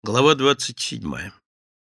Глава 27.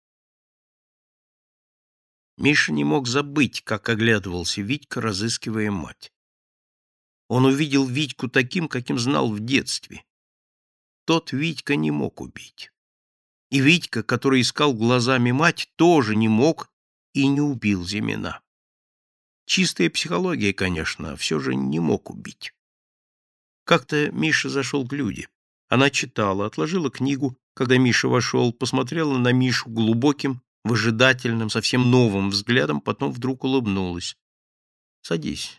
Миша не мог забыть, как оглядывался Витька, разыскивая мать. Он увидел Витьку таким, каким знал в детстве. Тот Витька не мог убить. И Витька, который искал глазами мать, тоже не мог и не убил Зимина. Чистая психология, конечно, все же не мог убить. Как-то Миша зашел к Люде. Она читала, отложила книгу, когда Миша вошел, посмотрела на Мишу глубоким, выжидательным, совсем новым взглядом, потом вдруг улыбнулась. «Садись».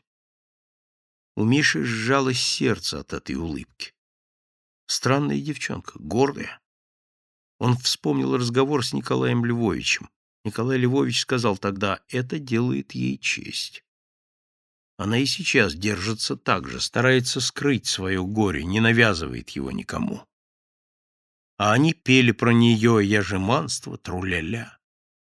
У Миши сжалось сердце от этой улыбки. Странная девчонка, гордая. Он вспомнил разговор с Николаем Львовичем. Николай Львович сказал тогда: «Это делает ей честь». Она и сейчас держится так же, старается скрыть свое горе, не навязывает его никому. А они пели про нее яжеманство, тру-ля-ля.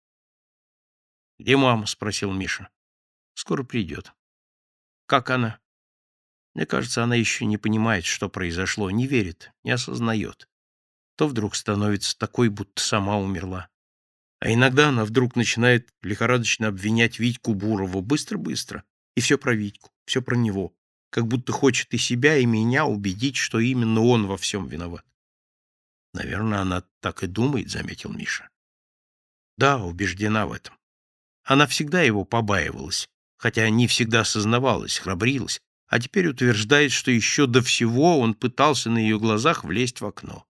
«Где мама?» — спросил Миша. «Скоро придет». «Как она?» «Мне кажется, она еще не понимает, что произошло, не верит, не осознает. То вдруг становится такой, будто сама умерла. А иногда она вдруг начинает лихорадочно обвинять Витьку Бурова быстро-быстро. И все про Витьку, все про него. Как будто хочет и себя, и меня убедить, что именно он во всем виноват». «Наверное, она так и думает», — заметил Миша. «Да, убеждена в этом. Она всегда его побаивалась, хотя не всегда сознавалась, храбрилась, а теперь утверждает, что еще до всего он пытался на ее глазах влезть в окно».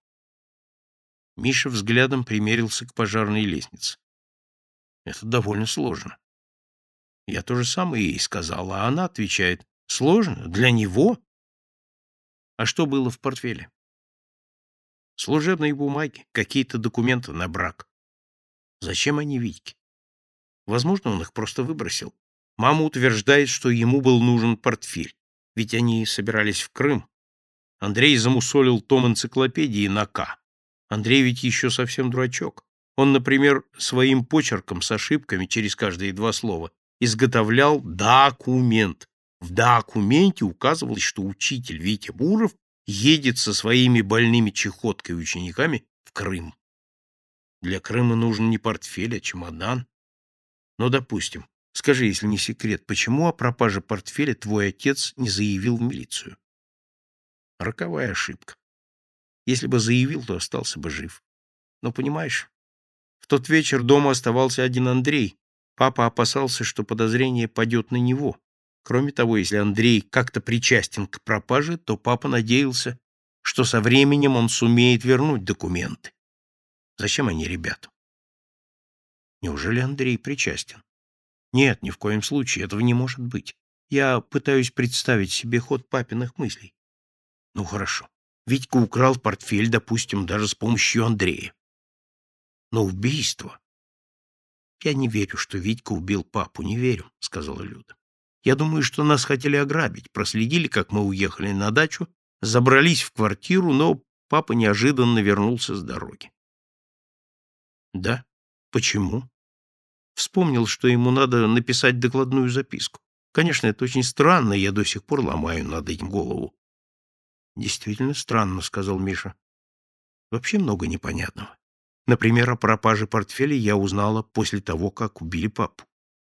Миша взглядом примерился к пожарной лестнице. «Это довольно сложно». Я то же самое ей сказал, а она отвечает: «Сложно? Для него?» «А что было в портфеле?» «Служебные бумаги, какие-то документы на брак». «Зачем они Витьке?» «Возможно, он их просто выбросил. Мама утверждает, что ему был нужен портфель, ведь они собирались в Крым. Андрей замусолил том энциклопедии на «К». Андрей ведь еще совсем дурачок. Он, например, своим почерком с ошибками через каждые два слова изготовлял документ. В документе указывалось, что учитель Витя Буров едет со своими больными чехоткой учениками в Крым. Для Крыма нужен не портфель, а чемодан. Но, допустим, скажи, если не секрет, почему о пропаже портфеля твой отец не заявил в милицию? Роковая ошибка. Если бы заявил, то остался бы жив. Но, понимаешь, в тот вечер дома оставался один Андрей. Папа опасался, что подозрение падет на него. Кроме того, если Андрей как-то причастен к пропаже, то папа надеялся, что со временем он сумеет вернуть документы. Зачем они ребятам? Неужели Андрей причастен? Нет, ни в коем случае, этого не может быть. Я пытаюсь представить себе ход папиных мыслей. Ну, хорошо. Витька украл портфель, допустим, даже с помощью Андрея. Но убийство... «Я не верю, что Витька убил папу, не верю», — сказала Люда. «Я думаю, что нас хотели ограбить, проследили, как мы уехали на дачу, забрались в квартиру, но папа неожиданно вернулся с дороги». «Да? Почему?» Вспомнил, что ему надо написать докладную записку. Конечно, это очень странно, я до сих пор ломаю над этим голову. «Действительно странно», — сказал Миша. «Вообще много непонятного. Например, о пропаже портфеля я узнала после того, как убили папу».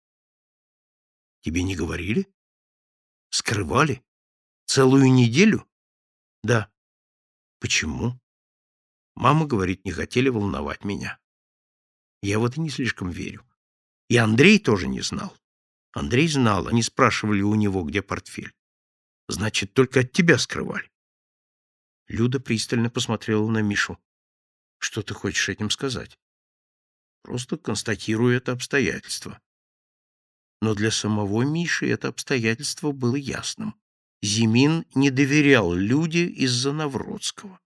«Тебе не говорили? Скрывали? Целую неделю?» «Да». «Почему?» «Мама говорит, не хотели волновать меня». «Я в это не слишком верю. И Андрей тоже не знал». «Андрей знал, они спрашивали у него, где портфель». «Значит, только от тебя скрывали». Люда пристально посмотрела на Мишу. «Что ты хочешь этим сказать?» «Просто констатирую это обстоятельство». Но для самого Миши это обстоятельство было ясным. Зимин не доверял Люде из-за Навродского.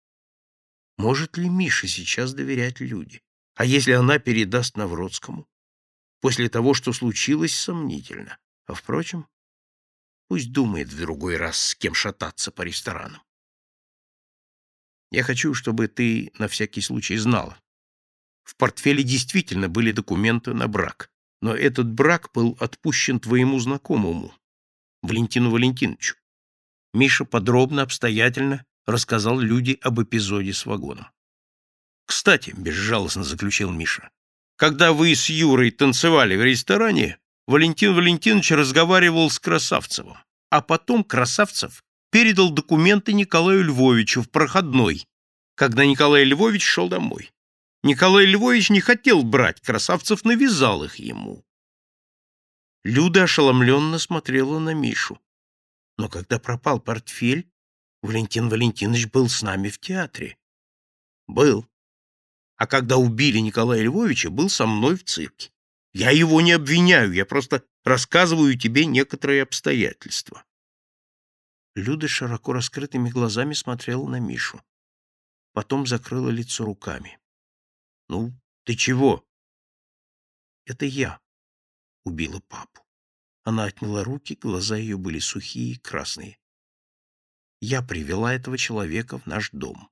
Может ли Миша сейчас доверять Люде? А если она передаст Навродскому? После того, что случилось, сомнительно. А впрочем, пусть думает в другой раз, с кем шататься по ресторанам. Я хочу, чтобы ты на всякий случай знала. В портфеле действительно были документы на брак, но этот брак был отпущен твоему знакомому, Валентину Валентиновичу. Миша подробно, обстоятельно рассказал Люде об эпизоде с вагоном. Кстати, безжалостно заключил Миша, когда вы с Юрой танцевали в ресторане, Валентин Валентинович разговаривал с Красавцевым, а потом Красавцев передал документы Николаю Львовичу в проходной, когда Николай Львович шел домой. Николай Львович не хотел брать, Красавцев навязал их ему. Люда ошеломленно смотрела на Мишу. Но когда пропал портфель, Валентин Валентинович был с нами в театре. Был. А когда убили Николая Львовича, был со мной в цирке. Я его не обвиняю, я просто рассказываю тебе некоторые обстоятельства. Люда широко раскрытыми глазами смотрела на Мишу. Потом закрыла лицо руками. — Ну, ты чего? — Это я убила папу. Она отняла руки, глаза ее были сухие и красные. Я привела этого человека в наш дом.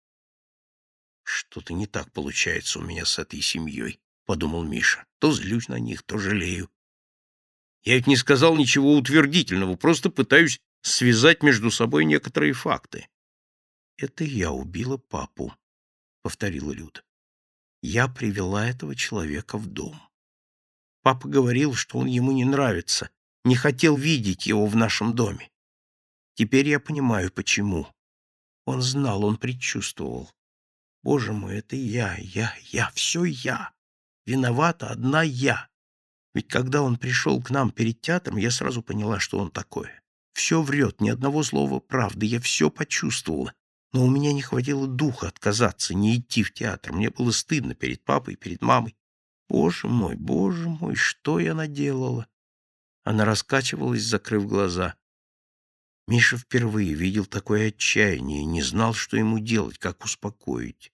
Что-то не так получается у меня с этой семьей, подумал Миша. То злюсь на них, то жалею. Я ведь не сказал ничего утвердительного, просто пытаюсь связать между собой некоторые факты. Это я убила папу, повторила Люда. Я привела этого человека в дом. Папа говорил, что он ему не нравится, не хотел видеть его в нашем доме. Теперь я понимаю, почему. Он знал, он предчувствовал. Боже мой, это я, все я. Виновата одна я. Ведь когда он пришел к нам перед театром, я сразу поняла, что он такое. Все врет, ни одного слова правды, я все почувствовала. Но у меня не хватило духа отказаться, не идти в театр. Мне было стыдно перед папой, перед мамой. Боже мой, что я наделала? Она раскачивалась, закрыв глаза. Миша впервые видел такое отчаяние и не знал, что ему делать, как успокоить.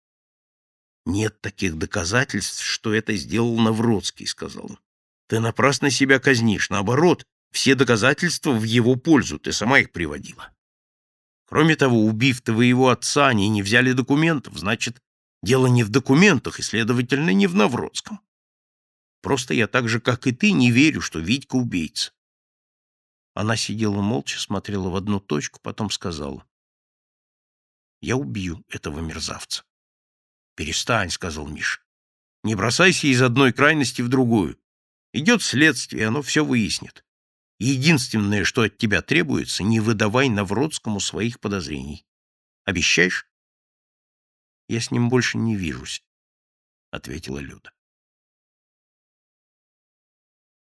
«Нет таких доказательств, что это сделал Навродский», — сказал он. «Ты напрасно себя казнишь. Наоборот, все доказательства в его пользу, ты сама их приводила. Кроме того, убив твоего отца, они не взяли документов, значит, дело не в документах и, следовательно, не в Навродском. Просто я так же, как и ты, не верю, что Витька убийца». Она сидела молча, смотрела в одну точку, потом сказала: «Я убью этого мерзавца». «Перестань», — сказал Миша. «Не бросайся из одной крайности в другую. Идет следствие, оно все выяснит. Единственное, что от тебя требуется, не выдавай Навродскому своих подозрений. Обещаешь?» «Я с ним больше не вижусь», — ответила Люда.